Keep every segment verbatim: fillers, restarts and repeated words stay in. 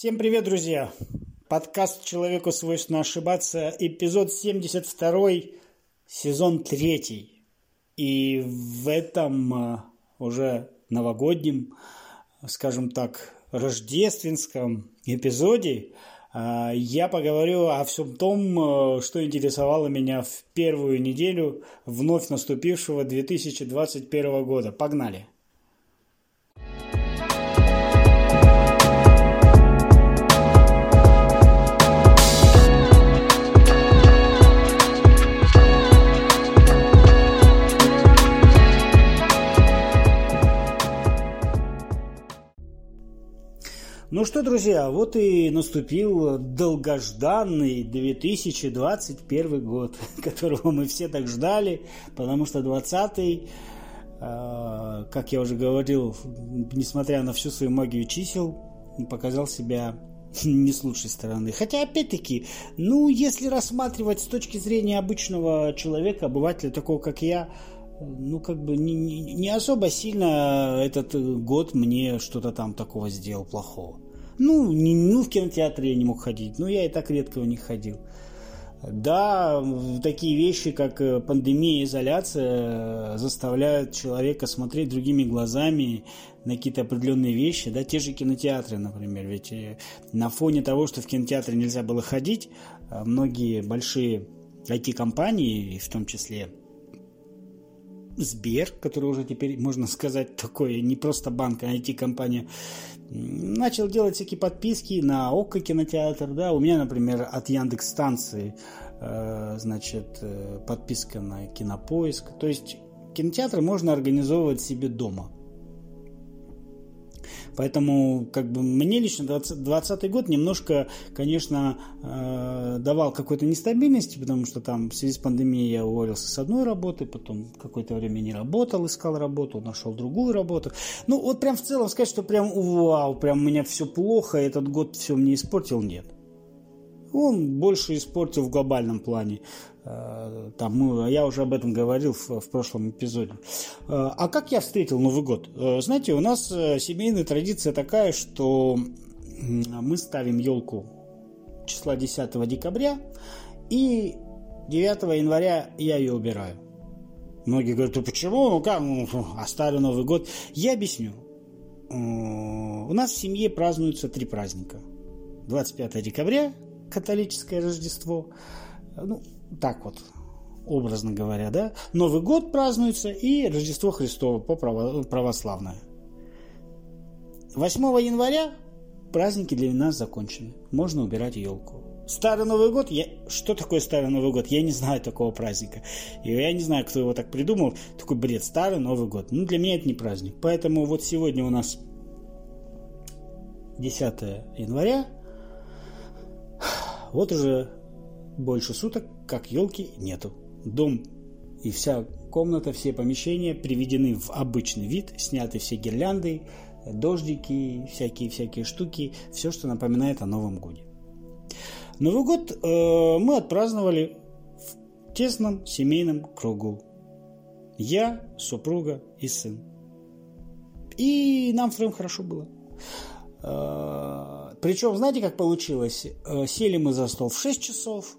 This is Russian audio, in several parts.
Всем привет, друзья! Подкаст «Человеку свойственно ошибаться», эпизод семьдесят два, сезон три. И в этом уже новогоднем, скажем так, рождественском эпизоде я поговорю о всем том, что интересовало меня в первую неделю вновь наступившего две тысячи двадцать первого года. Погнали! Ну что, друзья, вот и наступил долгожданный две тысячи двадцать первый год, которого мы все так ждали, потому что двадцатый, э, как я уже говорил, несмотря на всю свою магию чисел, показал себя не с лучшей стороны. Хотя, опять-таки, ну, если рассматривать с точки зрения обычного человека, обывателя, такого как я, ну, как бы не, не, не особо сильно этот год мне что-то там такого сделал плохого. Ну, не, ну, в кинотеатре я не мог ходить, но я и так редко в них ходил. Да, такие вещи, как пандемия и изоляция, заставляют человека смотреть другими глазами на какие-то определенные вещи, да, те же кинотеатры, например, ведь на фоне того, что в кинотеатры нельзя было ходить, многие большие ай ти-компании, в том числе Сбер, который уже теперь, можно сказать, такой не просто банк, а ай ти-компания, начал делать всякие подписки на ОККО кинотеатр, да, у меня, например, от Яндекс.Станции, э, значит, э, подписка на Кинопоиск, то есть кинотеатры можно организовывать себе дома. Поэтому, как бы, мне лично двадцатый год немножко, конечно, э, давал какой-то нестабильности, потому что там в связи с пандемией я уволился с одной работы, потом какое-то время не работал, искал работу, нашел другую работу. Ну, вот прям в целом сказать, что прям вау, прям у меня все плохо, этот год все мне испортил, нет. Он больше испортил в глобальном плане. Там, ну, я уже об этом говорил в, в прошлом эпизоде. А как я встретил Новый год? Знаете, у нас семейная традиция такая, что мы ставим елку числа десятого декабря, и девятого января я ее убираю. Многие говорят, ну почему? Ну как? Ну, оставлю Новый год. Я объясню. У нас в семье празднуются три праздника. двадцать пятого декабря, католическое Рождество, ну, так вот, образно говоря, да, Новый год празднуется и Рождество Христово по православное. восьмого января праздники для нас закончены, можно убирать елку. Старый Новый год, я... что такое Старый Новый год? Я не знаю такого праздника. И я не знаю, кто его так придумал, такой бред, Старый Новый год. Ну, для меня это не праздник. Поэтому вот сегодня у нас десятого января, вот уже больше суток, как елки нету. Дом и вся комната, все помещения приведены в обычный вид, сняты все гирлянды, дождики, всякие-всякие штуки, все, что напоминает о Новом годе. Новый год э, мы отпраздновали в тесном семейном кругу. Я, супруга и сын. И нам втроем хорошо было. Причем, знаете, как получилось? Сели мы за стол в шесть часов,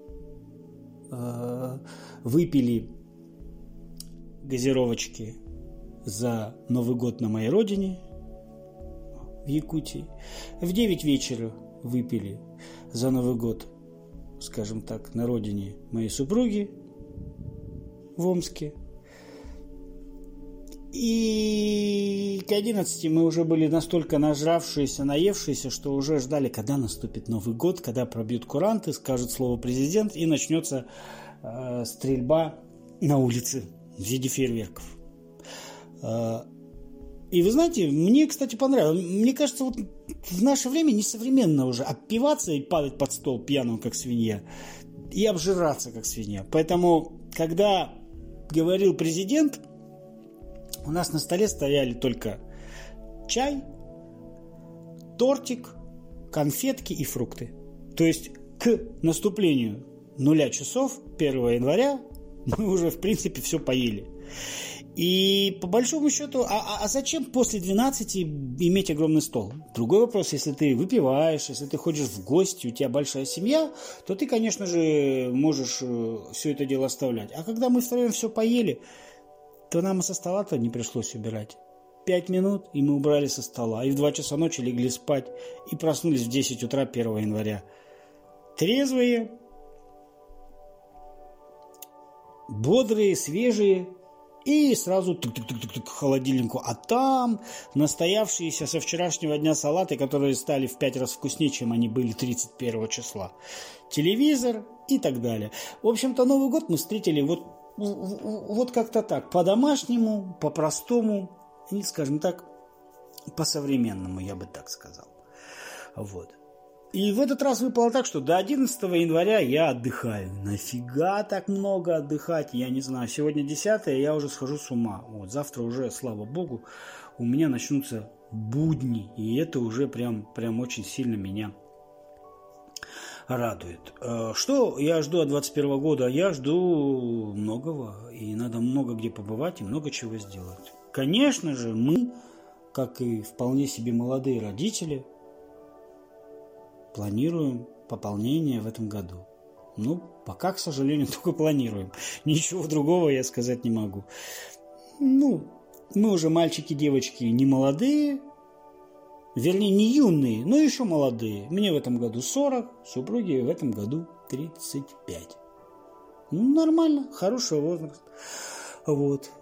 выпили газировочки за Новый год на моей родине, в Якутии. В девять вечера выпили за Новый год, скажем так, на родине моей супруги в Омске. И к одиннадцати мы уже были настолько нажравшиеся, наевшиеся, что уже ждали, когда наступит Новый год, когда пробьют куранты, скажет слово президент, и начнется э, стрельба на улице в виде фейерверков. Э, и вы знаете, мне, кстати, понравилось. Мне кажется, вот в наше время несовременно уже отпиваться и падать под стол пьяным, как свинья, и обжираться, как свинья. Поэтому, когда говорил президент, у нас на столе стояли только чай, тортик, конфетки и фрукты. То есть к наступлению нуля часов первого января мы уже, в принципе, все поели. И по большому счету, а, а зачем после двенадцати иметь огромный стол? Другой вопрос, если ты выпиваешь, если ты ходишь в гости, у тебя большая семья, то ты, конечно же, можешь все это дело оставлять. А когда мы втроем все поели, то нам и со стола-то не пришлось убирать. Пять минут, и мы убрали со стола. И в два часа ночи легли спать. И проснулись в десять утра первого января. Трезвые, бодрые, свежие. И сразу тык-тык-тык-тык к холодильнику. А там настоявшиеся со вчерашнего дня салаты, которые стали в пять раз вкуснее, чем они были тридцать первого числа. Телевизор и так далее. В общем-то, Новый год мы встретили вот, вот как-то так. По-домашнему, по-простому. И, скажем так, по-современному, я бы так сказал. Вот. И в этот раз выпало так, что до одиннадцатого января я отдыхаю. Нафига так много отдыхать? Я не знаю. Сегодня десятое, я уже схожу с ума. Вот. Завтра уже, слава богу, у меня начнутся будни. И это уже прям, прям очень сильно меня радует. Что я жду от двадцать первого года? Я жду многого. И надо много где побывать и много чего сделать. Конечно же, мы, как и вполне себе молодые родители, планируем пополнение в этом году. Ну, пока, к сожалению, только планируем. Ничего другого я сказать не могу. Ну, мы уже мальчики, девочки не молодые, вернее, не юные, но еще молодые. Мне в этом году сорок, супруге в этом году тридцать пять. Ну, нормально, хороший возраст. Вот.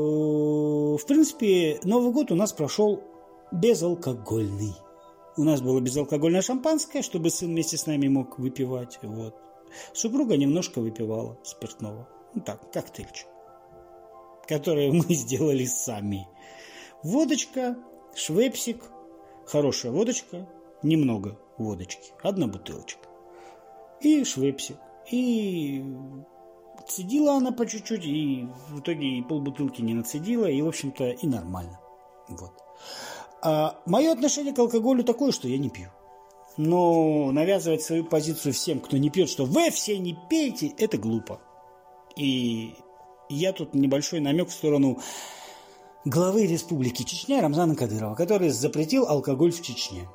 В принципе, Новый год у нас прошел безалкогольный. У нас было безалкогольное шампанское, чтобы сын вместе с нами мог выпивать. Вот. Супруга немножко выпивала спиртного. Ну так, коктейльчик, который мы сделали сами. Водочка, швепсик, хорошая водочка, немного водочки, одна бутылочка. И швепсик. И цедила она по чуть-чуть, и в итоге и полбутылки не нацедила, и, в общем-то, и нормально. Вот. А мое отношение к алкоголю такое, что я не пью. Но навязывать свою позицию всем, кто не пьет, что вы все не пейте, это глупо. И я тут небольшой намек в сторону главы Республики Чечня Рамзана Кадырова, который запретил алкоголь в Чечне.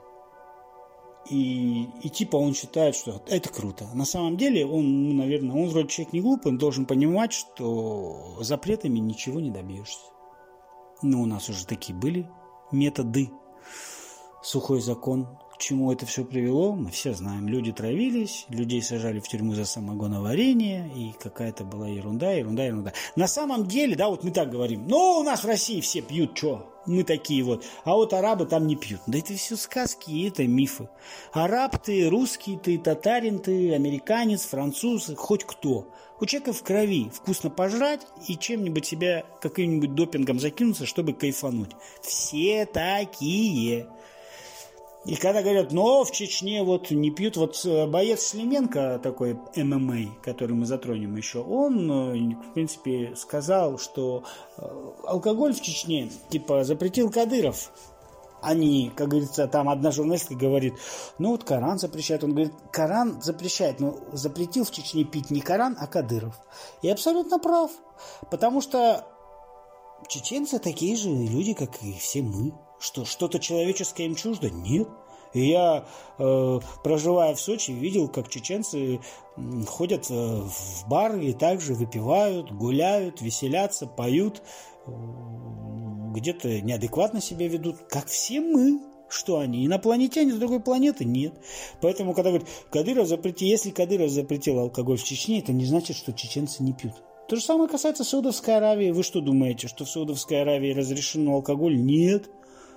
И, и типа он считает, что это круто. На самом деле он, ну, наверное, он вроде человек не глупый, он должен понимать, что запретами ничего не добьешься. Но у нас уже такие были методы. Сухой закон. К чему это все привело, мы все знаем. Люди травились, людей сажали в тюрьму за самогоноварение, и какая-то была ерунда, ерунда, ерунда. На самом деле, да, вот мы так говорим, ну, у нас в России все пьют, что? Мы такие вот. А вот арабы там не пьют. Да это все сказки, и это мифы. Араб ты, русский ты, татарин ты, американец, француз, хоть кто. У человека в крови вкусно пожрать и чем-нибудь себя каким-нибудь допингом закинуться, чтобы кайфануть. Все такие. И когда говорят, но в Чечне вот не пьют, вот боец Шлеменко, такой эм эм а, который мы затронем еще, он, в принципе, сказал, что алкоголь в Чечне, типа, запретил Кадыров. Они, как говорится, там одна журналистка говорит, ну вот Коран запрещает. Он говорит, Коран запрещает, но запретил в Чечне пить не Коран, а Кадыров. И абсолютно прав, потому что чеченцы такие же люди, как и все мы. Что, что-то человеческое им чуждо? Нет. И я, э, проживая в Сочи, видел, как чеченцы ходят в бары и также выпивают, гуляют, веселятся, поют, э, где-то неадекватно себя ведут, как все мы. Что они, инопланетяне с другой планеты? Нет. Поэтому, когда говорят, Кадыров запретил, если Кадыров запретил алкоголь в Чечне, это не значит, что чеченцы не пьют. То же самое касается Саудовской Аравии. Вы что думаете, что в Саудовской Аравии разрешен алкоголь? Нет.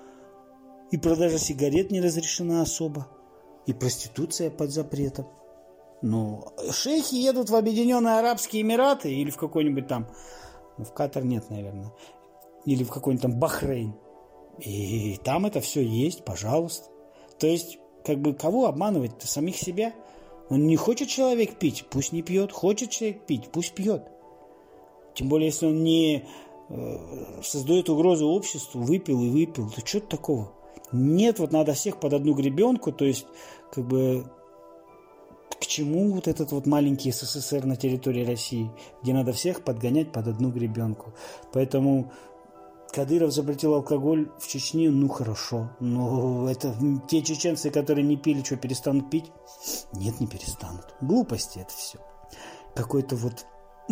И продажа сигарет не разрешена особо. И проституция под запретом. Но шейхи едут в Объединенные Арабские Эмираты или в какой-нибудь там... Ну, в Катар нет, наверное. Или в какой-нибудь там Бахрейн. И там это все есть, пожалуйста. То есть, как бы, кого обманывать-то? Самих себя? Он не хочет человек пить, пусть не пьет. Хочет человек пить, пусть пьет. Тем более, если он не э, создает угрозу обществу, выпил и выпил, то что-то такого. Нет, вот надо всех под одну гребенку, то есть, как бы, к чему вот этот вот маленький СССР на территории России, где надо всех подгонять под одну гребенку. Поэтому Кадыров запретил алкоголь в Чечне, ну хорошо. Но это те чеченцы, которые не пили, что, перестанут пить? Нет, не перестанут. Глупости это все. Какой-то вот...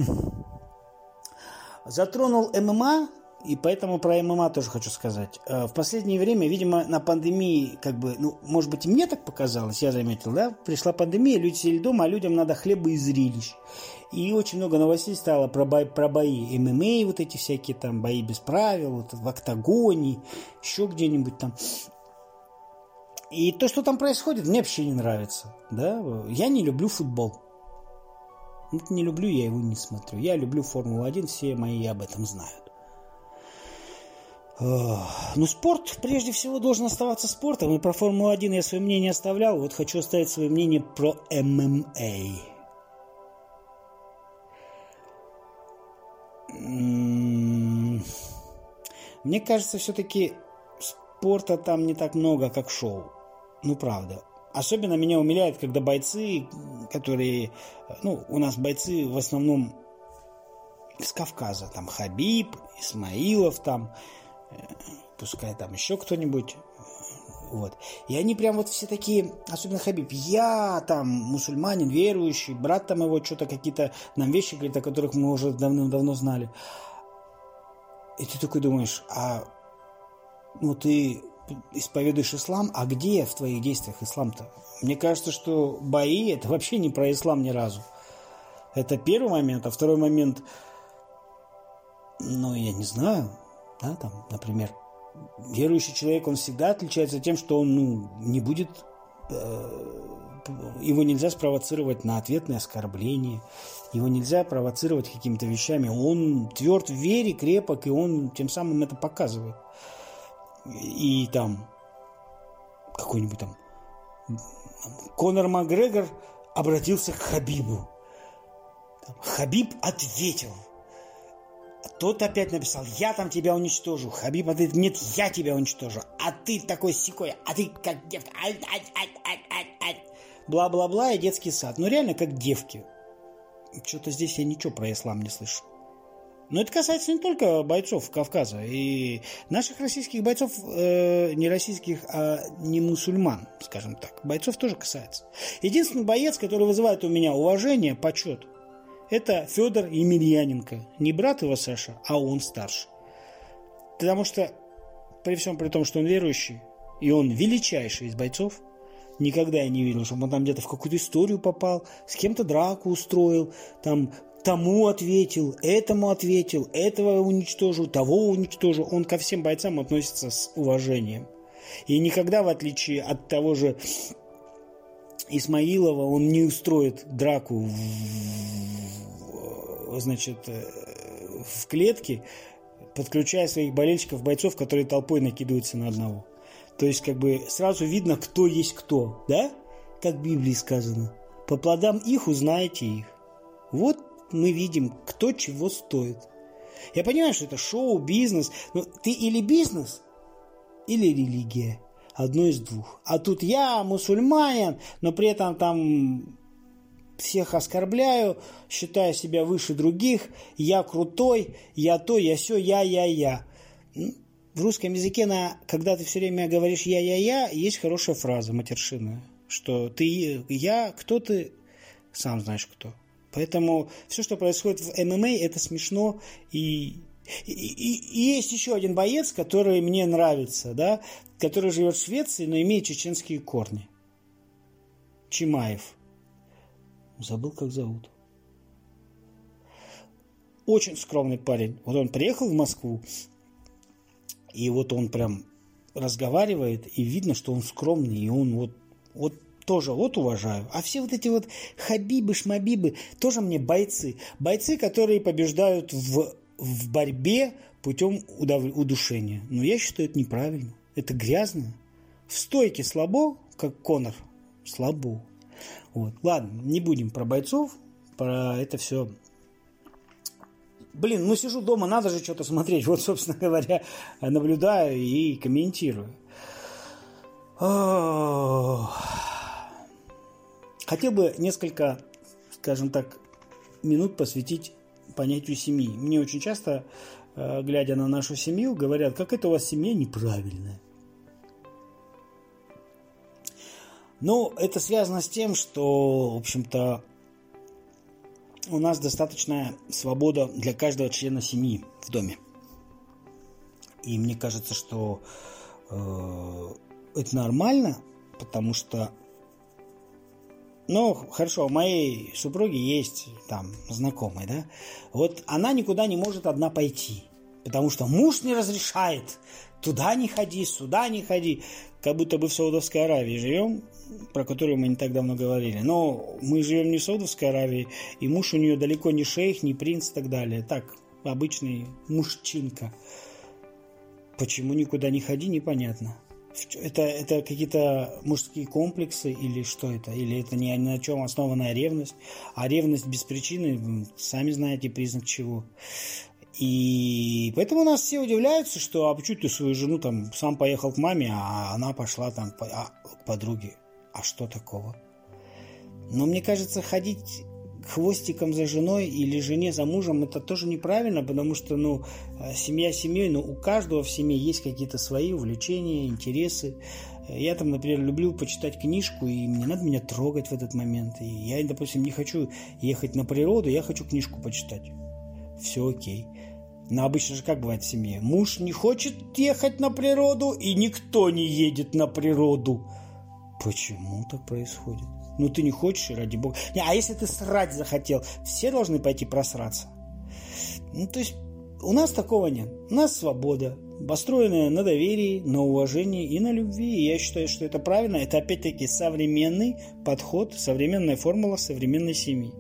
Затронул ММА, и поэтому про ММА тоже хочу сказать. В последнее время, видимо, на пандемии, как бы, ну, может быть, и мне так показалось, я заметил, да, пришла пандемия, люди сидели дома, а людям надо хлеба и зрелищ. И очень много новостей стало про, бои, про бои ММА, вот эти всякие там бои без правил, вот, в октагоне, еще где-нибудь там. И то, что там происходит, мне вообще не нравится, да. Я не люблю футбол. Вот не люблю, я его не смотрю. Я люблю Формулу один, все мои об этом знают. Но спорт, прежде всего, должен оставаться спортом. И про Формулу один я свое мнение оставлял. Вот хочу оставить свое мнение про ММА. Мне кажется, все-таки спорта там не так много, как шоу. Ну, правда. Особенно меня умиляет, когда бойцы, которые... Ну, у нас бойцы в основном с Кавказа. Там Хабиб, Исмаилов, там... Пускай там еще кто-нибудь. Вот. И они прям вот все такие... Особенно Хабиб. Я там мусульманин, верующий. Брат там его что-то какие-то нам вещи говорит, о которых мы уже давным-давно знали. И ты такой думаешь, а... Ну, ты... исповедуешь ислам, а где в твоих действиях ислам-то? Мне кажется, что бои это вообще не про ислам ни разу. Это первый момент, а второй момент, ну, я не знаю, да, там, например, верующий человек, он всегда отличается тем, что он, ну, не будет, э, его нельзя спровоцировать на ответное оскорбление, его нельзя провоцировать какими-то вещами, он тверд в вере, крепок, и он тем самым это показывает. И там какой-нибудь там Конор Макгрегор обратился к Хабибу. Там, Хабиб ответил. Тот опять написал, я там тебя уничтожу. Хабиб ответил, нет, я тебя уничтожу. А ты такой сякой, а ты как девка. Бла-бла-бла и детский сад. Ну реально как девки. Что-то здесь я ничего про ислам не слышу. Но это касается не только бойцов Кавказа. И наших российских бойцов, э, не российских, а не мусульман, скажем так. Бойцов тоже касается. Единственный боец, который вызывает у меня уважение, почет, это Федор Емельяненко. Не брат его Саша, а он старше. Потому что, при всем при том, что он верующий, и он величайший из бойцов, никогда я не видел, чтобы он там где-то в какую-то историю попал, с кем-то драку устроил, там... Тому ответил, этому ответил, этого уничтожил, того уничтожил. Он ко всем бойцам относится с уважением. И никогда, в отличие от того же Исмаилова, он не устроит драку в, значит, в клетке, подключая своих болельщиков, бойцов, которые толпой накидываются на одного. То есть, как бы, сразу видно, кто есть кто, да? Как в Библии сказано. По плодам их узнаете их. Вот мы видим, кто чего стоит. Я понимаю, что это шоу, бизнес. Но ты или бизнес, или религия. Одно из двух. А тут я мусульманин, но при этом там всех оскорбляю, считаю себя выше других. Я крутой, я то, я сё, я, я, я. В русском языке, на, когда ты все время говоришь я, я, я, есть хорошая фраза матершинная, что ты, я, кто ты, сам знаешь кто. Поэтому все, что происходит в ММА, это смешно. И, и, и, и есть еще один боец, который мне нравится, да, который живет в Швеции, но имеет чеченские корни. Чимаев. Забыл, как зовут. Очень скромный парень. Вот он приехал в Москву, и вот он прям разговаривает, и видно, что он скромный, и он вот, вот тоже вот уважаю. А все вот эти вот хабибы, шмабибы, тоже мне бойцы. Бойцы, которые побеждают в, в борьбе путем удов... удушения. Но я считаю, это неправильно. Это грязно. В стойке слабо, как Конор. Слабо. Вот. Ладно, не будем про бойцов, про это все. Блин, ну сижу дома, надо же что-то смотреть. Вот, собственно говоря, наблюдаю и комментирую. О-о-о. хотел бы несколько, скажем так, минут посвятить понятию семьи. Мне очень часто, глядя на нашу семью, говорят, как это у вас семья неправильная. Но это связано с тем, что, в общем-то, у нас достаточная свобода для каждого члена семьи в доме. И мне кажется, что э, это нормально, потому что, ну, хорошо, у моей супруги есть там знакомые, да, вот она никуда не может одна пойти, потому что муж не разрешает, туда не ходи, сюда не ходи, как будто бы в Саудовской Аравии живем, про которую мы не так давно говорили, но мы живем не в Саудовской Аравии, и муж у нее далеко не шейх, не принц и так далее, так, обычный мужчинка. Почему никуда не ходи, непонятно. Это, это какие-то мужские комплексы или что это? Или это ни на чем основанная ревность? А ревность без причины, сами знаете, признак чего. И поэтому нас все удивляются, что а почему ты свою жену там сам поехал к маме, а она пошла там к подруге. А что такого? Но мне кажется, ходить хвостиком за женой или жене за мужем, это тоже неправильно, потому что, ну, семья семьей, но у каждого в семье есть какие-то свои увлечения, интересы. Я там, например, люблю почитать книжку, и мне надо меня трогать в этот момент. И я, допустим, не хочу ехать на природу, я хочу книжку почитать. Все окей. Но обычно же как бывает в семье? Муж не хочет ехать на природу, и никто не едет на природу. Почему так происходит? Ну, ты не хочешь, ради бога. Не, а если ты срать захотел, все должны пойти просраться. Ну, то есть, у нас такого нет. У нас свобода, построенная на доверии, на уважении и на любви. И я считаю, что это правильно. Это, опять-таки, современный подход, современная формула современной семьи.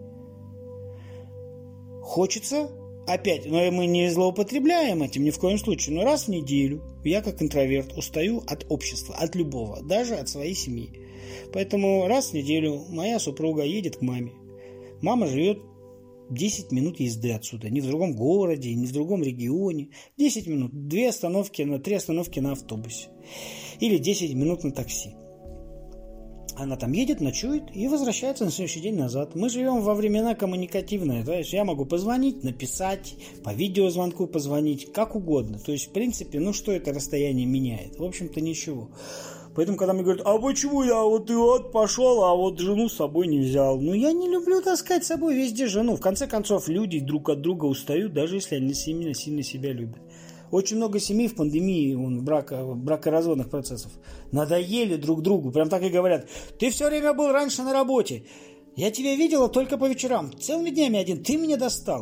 Хочется, опять, но мы не злоупотребляем этим ни в коем случае, но раз в неделю я, как интроверт, устаю от общества, от любого, даже от своей семьи. Поэтому раз в неделю моя супруга едет к маме. Мама живет десять минут езды отсюда. Не в другом городе, не в другом регионе. десять минут. Две остановки, на три остановки на автобусе. Или десять минут на такси. Она там едет, ночует и возвращается на следующий день назад. Мы живем во времена коммуникативные. То есть я могу позвонить, написать, по видеозвонку позвонить, как угодно. То есть, в принципе, ну что это расстояние меняет? В общем-то, ничего. Поэтому, когда мне говорят, а почему я вот и вот пошел, а вот жену с собой не взял? Ну, я не люблю таскать с собой везде жену. В конце концов, люди друг от друга устают, даже если они сильно, сильно себя любят. Очень много семей в пандемии, вон, брака, бракоразводных процессов надоели друг другу. Прям так и говорят, ты все время был раньше на работе. Я тебя видела только по вечерам. Целыми днями один. Ты меня достал.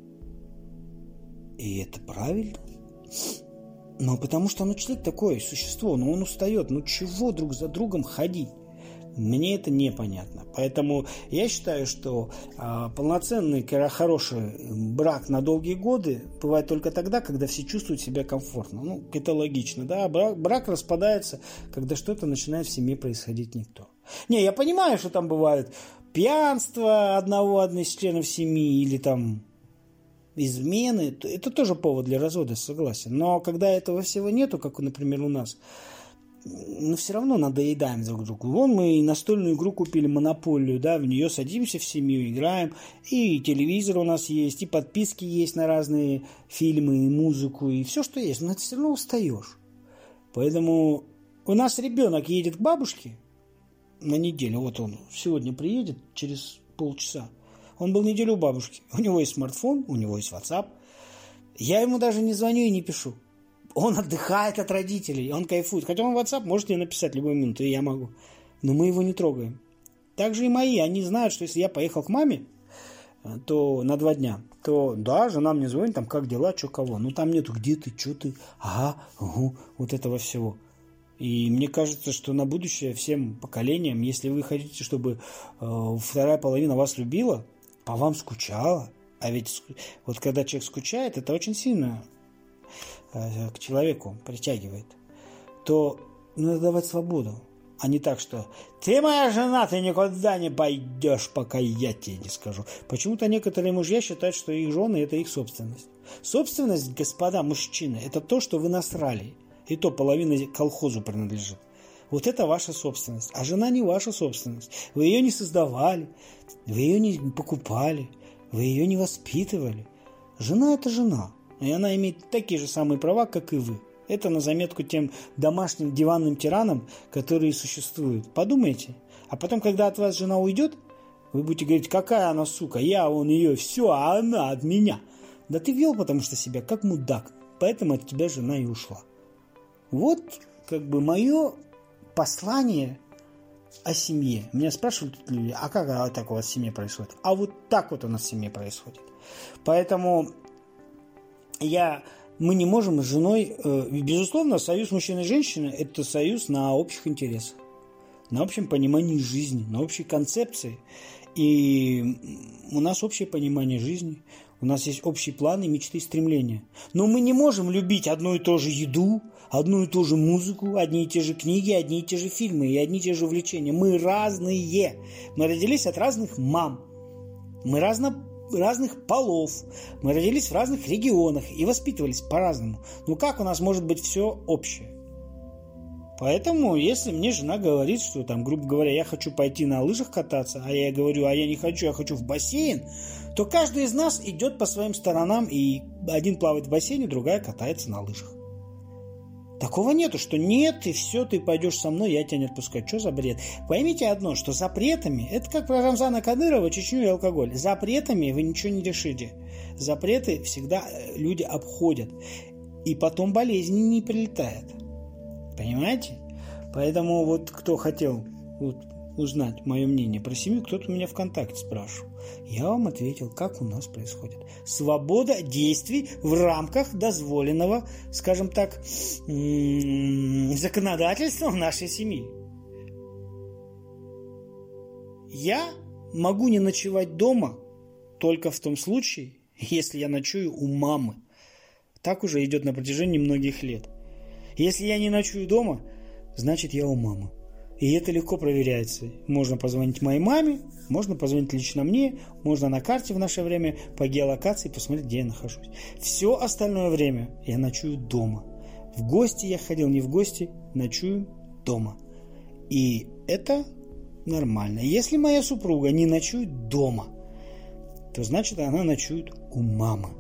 И это правильно. Ну, потому что, ну, человек такое существо, ну, он устает. Ну, чего друг за другом ходить? Мне это непонятно. Поэтому я считаю, что а, полноценный, хороший брак на долгие годы бывает только тогда, когда все чувствуют себя комфортно. Ну, это логично, да? Брак, брак распадается, когда что-то начинает в семье происходить не то. Не, я понимаю, что там бывает пьянство одного, одной из членов семьи или там измены. Это тоже повод для развода, согласен. Но когда этого всего нету, как, например, у нас, но все равно надоедаем друг другу. Вон мы настольную игру купили, монополию, да, в нее садимся в семью, играем, и телевизор у нас есть, и подписки есть на разные фильмы, и музыку, и все, что есть, но ты все равно устаешь. Поэтому у нас ребенок едет к бабушке на неделю, вот он сегодня приедет через полчаса, он был неделю у бабушки, у него есть смартфон, у него есть WhatsApp, я ему даже не звоню и не пишу. Он отдыхает от родителей, он кайфует. Хотя он в WhatsApp может мне написать любую минуту, и я могу. Но мы его не трогаем. Так же и мои. Они знают, что если я поехал к маме, то на два дня, то да, жена мне звонит, там, как дела, что, кого. Ну, там нету, где ты, что ты, ага, угу, вот этого всего. И мне кажется, что на будущее всем поколениям, если вы хотите, чтобы э, вторая половина вас любила, по вам скучала, а ведь вот когда человек скучает, это очень сильно к человеку притягивает, то надо давать свободу, а не так, что ты моя жена, ты никуда не пойдешь, пока я тебе не скажу. Почему-то некоторые мужья считают, что их жены – это их собственность. Собственность, господа мужчины, это то, что вы насрали, и то половина колхозу принадлежит. Вот это ваша собственность. А жена не ваша собственность. Вы ее не создавали, вы ее не покупали, вы ее не воспитывали. Жена – это жена. И она имеет такие же самые права, как и вы. Это на заметку тем домашним диванным тиранам, которые существуют. Подумайте. А потом, когда от вас жена уйдет, вы будете говорить, какая она сука, я он ее, все, а она от меня. Да ты вел, потому что себя как мудак. Поэтому от тебя жена и ушла. Вот как бы мое послание о семье. Меня спрашивают люди, а как так у вас в семье происходит? А вот так вот у нас в семье происходит. Поэтому я, мы не можем с женой... Безусловно, союз мужчины и женщины – это союз на общих интересах, на общем понимании жизни, на общей концепции. И у нас общее понимание жизни, у нас есть общие планы, мечты и стремления. Но мы не можем любить одну и ту же еду, одну и ту же музыку, одни и те же книги, одни и те же фильмы и одни и те же увлечения. Мы разные. Мы родились от разных мам. Мы разно, разных полов. Мы родились в разных регионах и воспитывались по-разному. Ну как у нас может быть все общее? Поэтому, если мне жена говорит, что там, грубо говоря, я хочу пойти на лыжах кататься, а я говорю, а я не хочу, я хочу в бассейн, то каждый из нас идет по своим сторонам, и один плавает в бассейне, другая катается на лыжах. Такого нету, что нет, и все, ты пойдешь со мной, я тебя не отпускаю. Что за бред? Поймите одно, что запретами, это как про Рамзана Кадырова, Чечню и алкоголь. Запретами вы ничего не решите. Запреты всегда люди обходят. И потом болезни не прилетает. Понимаете? Поэтому вот кто хотел вот, узнать мое мнение про семью, кто-то меня ВКонтакте спрашивал. Я вам ответил, как у нас происходит. Свобода действий в рамках дозволенного, скажем так, законодательства нашей семьи. Я могу не ночевать дома только в том случае, если я ночую у мамы. Так уже идет на протяжении многих лет. Если я не ночую дома, значит я у мамы. И это легко проверяется. Можно позвонить моей маме, можно позвонить лично мне, можно на карте в наше время по геолокации посмотреть, где я нахожусь. Все остальное время я ночую дома. В гости я ходил, не в гости, ночую дома. И это нормально. Если моя супруга не ночует дома, то значит она ночует у мамы.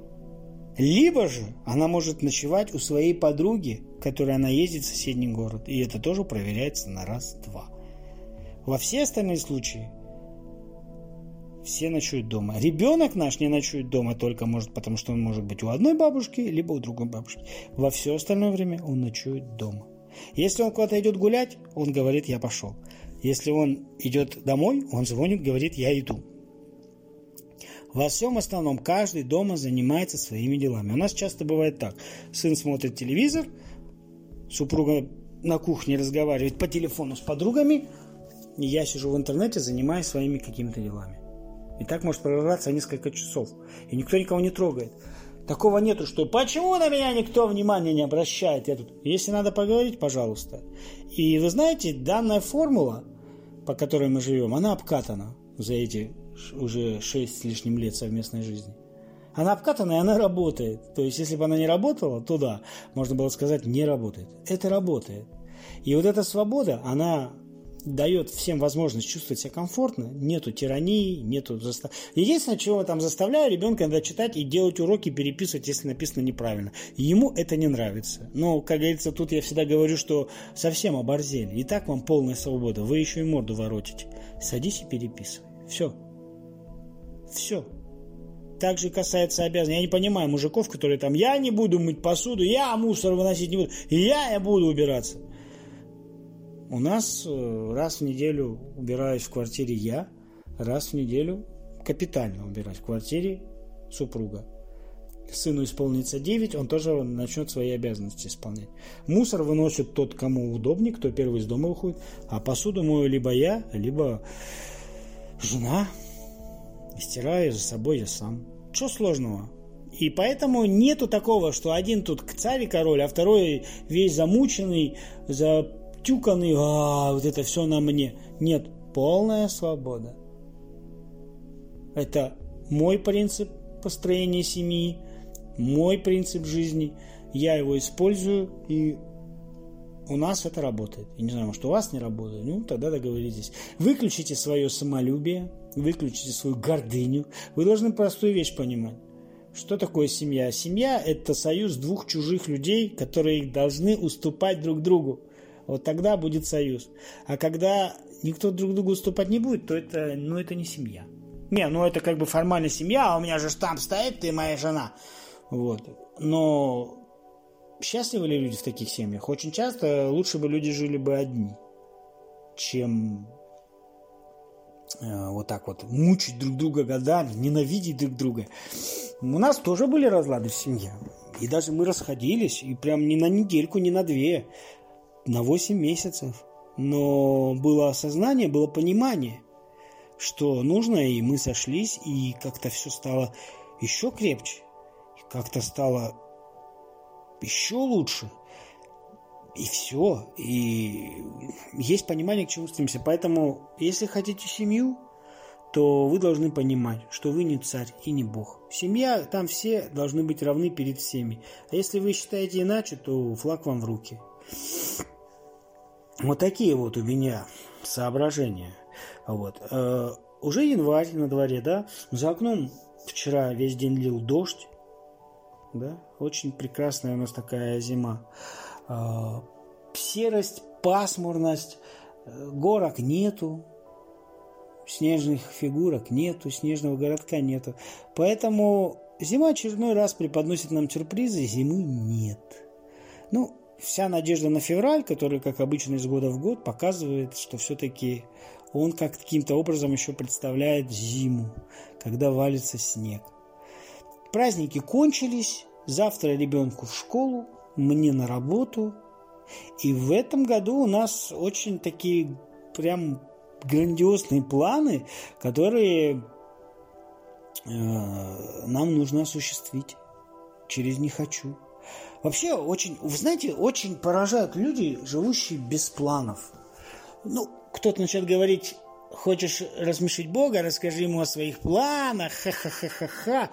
Либо же она может ночевать у своей подруги, которой она ездит в соседний город. И это тоже проверяется на раз-два. Во все остальные случаи все ночуют дома. Ребенок наш не ночует дома только может, потому что он может быть у одной бабушки, либо у другой бабушки. Во все остальное время он ночует дома. Если он куда-то идет гулять, он говорит «я пошел». Если он идет домой, он звонит, говорит «я иду». Во всем остальном каждый дома занимается своими делами. У нас часто бывает так. Сын смотрит телевизор, супруга на кухне разговаривает по телефону с подругами, и я сижу в интернете, занимаюсь своими какими-то делами. И так может прорваться несколько часов. И никто никого не трогает. Такого нету, что почему на меня никто внимания не обращает. Я тут... Если надо поговорить, пожалуйста. И вы знаете, данная формула, по которой мы живем, она обкатана за эти уже шесть с лишним лет совместной жизни. Она обкатана, и она работает. То есть, если бы она не работала, то да, можно было сказать, не работает. Это работает. И вот эта свобода, она дает всем возможность чувствовать себя комфортно. Нету тирании, нету застав... Единственное, чего я там заставляю ребенка, надо читать и делать уроки, переписывать, если написано неправильно. Ему это не нравится. Но, как говорится, тут я всегда говорю, что совсем оборзели. И так вам полная свобода. Вы еще и морду воротите. Садись и переписывай. Все. Все. Так же касается обязанностей. Я не понимаю мужиков, которые там, я не буду мыть посуду, я мусор выносить не буду, я, я буду убираться. У нас раз в неделю убираюсь в квартире я, раз в неделю капитально убираюсь в квартире супруга. Сыну исполнится девять, он тоже начнет свои обязанности исполнять. Мусор выносит тот, кому удобнее, кто первый из дома выходит, а посуду мою либо я, либо жена. Стираю за собой я сам. Что сложного? И поэтому нету такого, что один тут царь и король, а второй весь замученный, затюканный, а вот это все на мне. Нет, полная свобода. Это мой принцип построения семьи, мой принцип жизни. Я его использую, и у нас это работает. Я не знаю, может, у вас не работает. Ну, тогда договоритесь. Выключите свое самолюбие, выключите свою гордыню. Вы должны простую вещь понимать. Что такое семья? Семья – это союз двух чужих людей, которые должны уступать друг другу. Вот тогда будет союз. А когда никто друг другу уступать не будет, то это, ну, это не семья. Не, ну это как бы формально семья, а у меня же штамп стоит, ты моя жена. Вот. Но счастливы ли люди в таких семьях? Очень часто лучше бы люди жили бы одни, чем э, вот так вот мучить друг друга годами, ненавидеть друг друга. У нас тоже были разлады в семье. И даже мы расходились, и прям не на недельку, не на две, на восемь месяцев. Но было осознание, было понимание, что нужно, и мы сошлись, и как-то все стало еще крепче, как-то стало еще лучше, и все, и есть понимание, к чему стремимся. Поэтому, если хотите семью, то вы должны понимать, что вы не царь и не бог. Семья, там все должны быть равны перед всеми. А если вы считаете иначе, то флаг вам в руки. Вот такие вот у меня соображения. Вот. Э, уже январь на дворе, да? За окном вчера весь день лил дождь. Да? Очень прекрасная у нас такая зима. Э, серость, пасмурность, горок нету, снежных фигурок нету, снежного городка нету. Поэтому зима очередной раз преподносит нам сюрпризы, зимы нет. Ну, вся надежда на февраль, который, как обычно, из года в год показывает, что все-таки он как каким-то образом еще представляет зиму, когда валится снег. Праздники кончились, завтра ребенку в школу, мне на работу. И в этом году у нас очень такие прям грандиозные планы, которые э, нам нужно осуществить через «не хочу». Вообще, очень, вы знаете, очень поражают люди, живущие без планов. Ну, кто-то начнет говорить: хочешь рассмешить Бога, расскажи ему о своих планах, ха-ха-ха-ха-ха.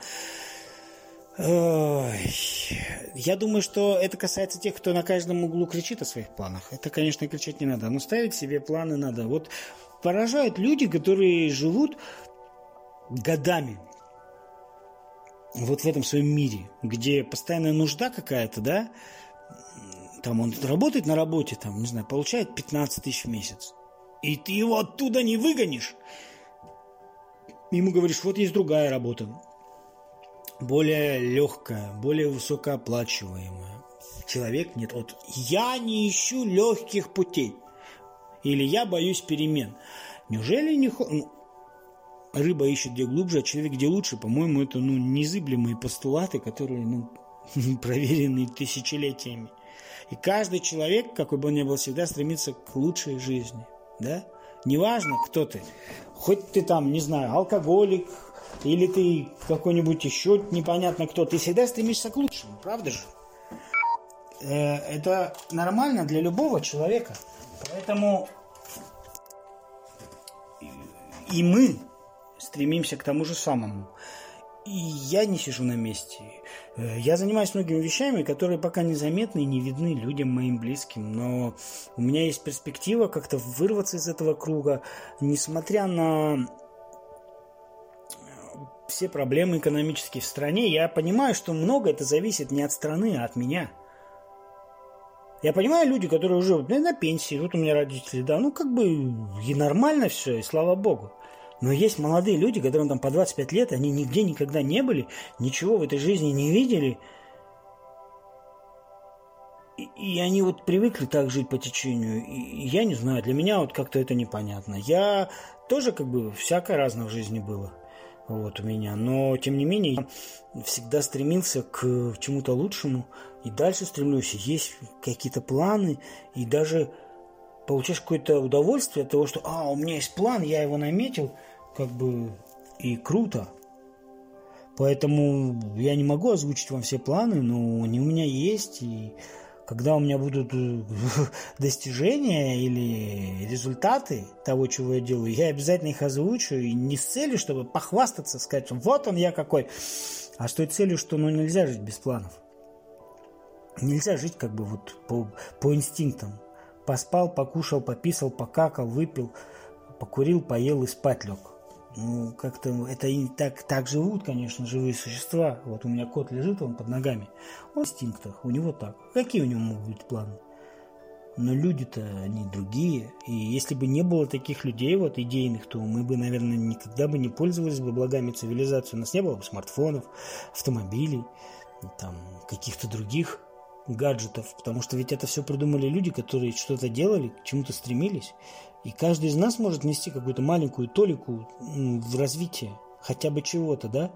Ой. Я думаю, что это касается тех, кто на каждом углу кричит о своих планах. Это, конечно, кричать не надо, но ставить себе планы надо. Вот поражают люди, которые живут годами вот в этом своем мире, где постоянная нужда какая-то, да, там он работает на работе, там, не знаю, получает пятнадцать тысяч в месяц, и ты его оттуда не выгонишь. Ему говоришь: вот есть другая работа, более легкая, более высокооплачиваемая. Человек: нет, вот я не ищу легких путей, или я боюсь перемен. Неужели не хо... ну, рыба ищет где глубже, а человек где лучше? По-моему, это, ну, незыблемые постулаты, которые, ну, проверены тысячелетиями. И каждый человек, какой бы он ни был, всегда стремится к лучшей жизни, да? Неважно, кто ты. Хоть ты там, не знаю, алкоголик, или ты какой-нибудь еще непонятно кто, ты всегда стремишься к лучшему, правда же? Это нормально для любого человека. Поэтому и мы стремимся к тому же самому. И я не сижу на месте. Я занимаюсь многими вещами, которые пока незаметны и не видны людям моим близким. Но у меня есть перспектива как-то вырваться из этого круга, несмотря на все проблемы экономические в стране. Я понимаю, что много это зависит не от страны, а от меня. Я понимаю, люди, которые уже на, на пенсии, вот у меня родители, да, ну как бы и нормально все, и слава богу. Но есть молодые люди, которым там по двадцать пять лет, они нигде никогда не были, ничего в этой жизни не видели. И, и они вот привыкли так жить по течению. И, и я не знаю, для меня вот как-то это непонятно. Я тоже как бы всякое разное в жизни было. Вот у меня. Но, тем не менее, я всегда стремился к чему-то лучшему. И дальше стремлюсь. Есть какие-то планы. И даже получаешь какое-то удовольствие от того, что а, у меня есть план, я его наметил. Как бы и круто. Поэтому я не могу озвучить вам все планы, но они у меня есть. И когда у меня будут достижения или результаты того, чего я делаю, я обязательно их озвучу. И не с целью, чтобы похвастаться, сказать, вот он я какой, а с той целью, что ну, нельзя жить без планов. Нельзя жить как бы вот по, по инстинктам. поспал, покушал, пописал, покакал, выпил, покурил, поел и спать лег. Ну, как-то это и так, так живут, конечно, живые существа. Вот у меня кот лежит, он под ногами. Он в инстинктах, у него так. Какие у него могут быть планы? Но люди-то, они другие. И если бы не было таких людей, вот, идейных, то мы бы, наверное, никогда бы не пользовались бы благами цивилизации. У нас не было бы смартфонов, автомобилей, там, каких-то других гаджетов. Потому что ведь это все придумали люди, которые что-то делали, к чему-то стремились. И каждый из нас может внести какую-то маленькую толику в развитие хотя бы чего-то, да?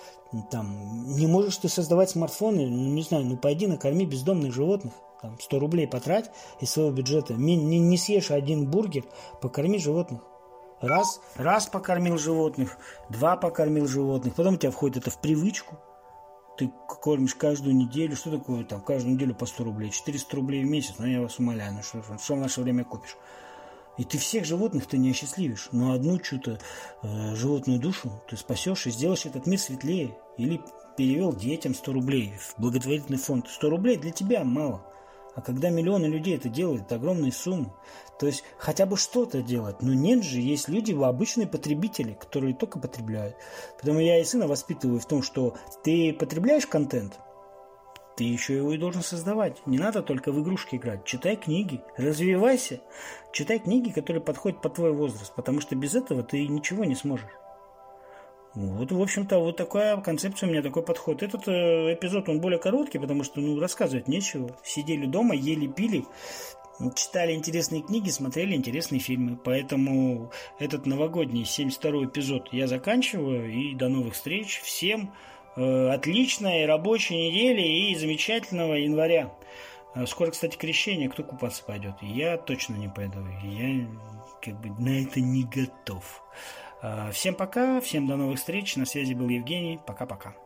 Там, не можешь ты создавать смартфоны, ну, не знаю, ну пойди накорми бездомных животных, там, сто рублей потрать из своего бюджета, не, не, не съешь один бургер, покорми животных. Раз, раз покормил животных, два покормил животных, потом у тебя входит это в привычку, ты кормишь каждую неделю, что такое там, каждую неделю по сто рублей, четыреста рублей в месяц, ну я вас умоляю, ну что, что в наше время купишь? И ты всех животных ты не осчастливишь, но одну что-то э, животную душу ты спасешь и сделаешь этот мир светлее. Или перевел детям сто рублей в благотворительный фонд. сто рублей для тебя мало. А когда миллионы людей это делают, это огромные суммы. То есть хотя бы что-то делать. Но нет же, есть люди, обычные потребители, которые только потребляют. Поэтому я и сына воспитываю в том, что ты потребляешь контент, ты еще его и должен создавать. Не надо только в игрушки играть. Читай книги, развивайся. Читай книги, которые подходят под твой возраст, потому что без этого ты ничего не сможешь. Вот, в общем-то, вот такая концепция у меня, такой подход. Этот э, эпизод, он более короткий, потому что, ну, рассказывать нечего. Сидели дома, ели, пили, читали интересные книги, смотрели интересные фильмы. Поэтому этот новогодний семьдесят второй эпизод я заканчиваю. И до новых встреч. Всем э, отличной рабочей недели и замечательного января. Скоро, кстати, крещение. Кто купаться пойдет? Я точно не пойду. Я как бы на это не готов. Всем пока, всем до новых встреч. На связи был Евгений. Пока-пока.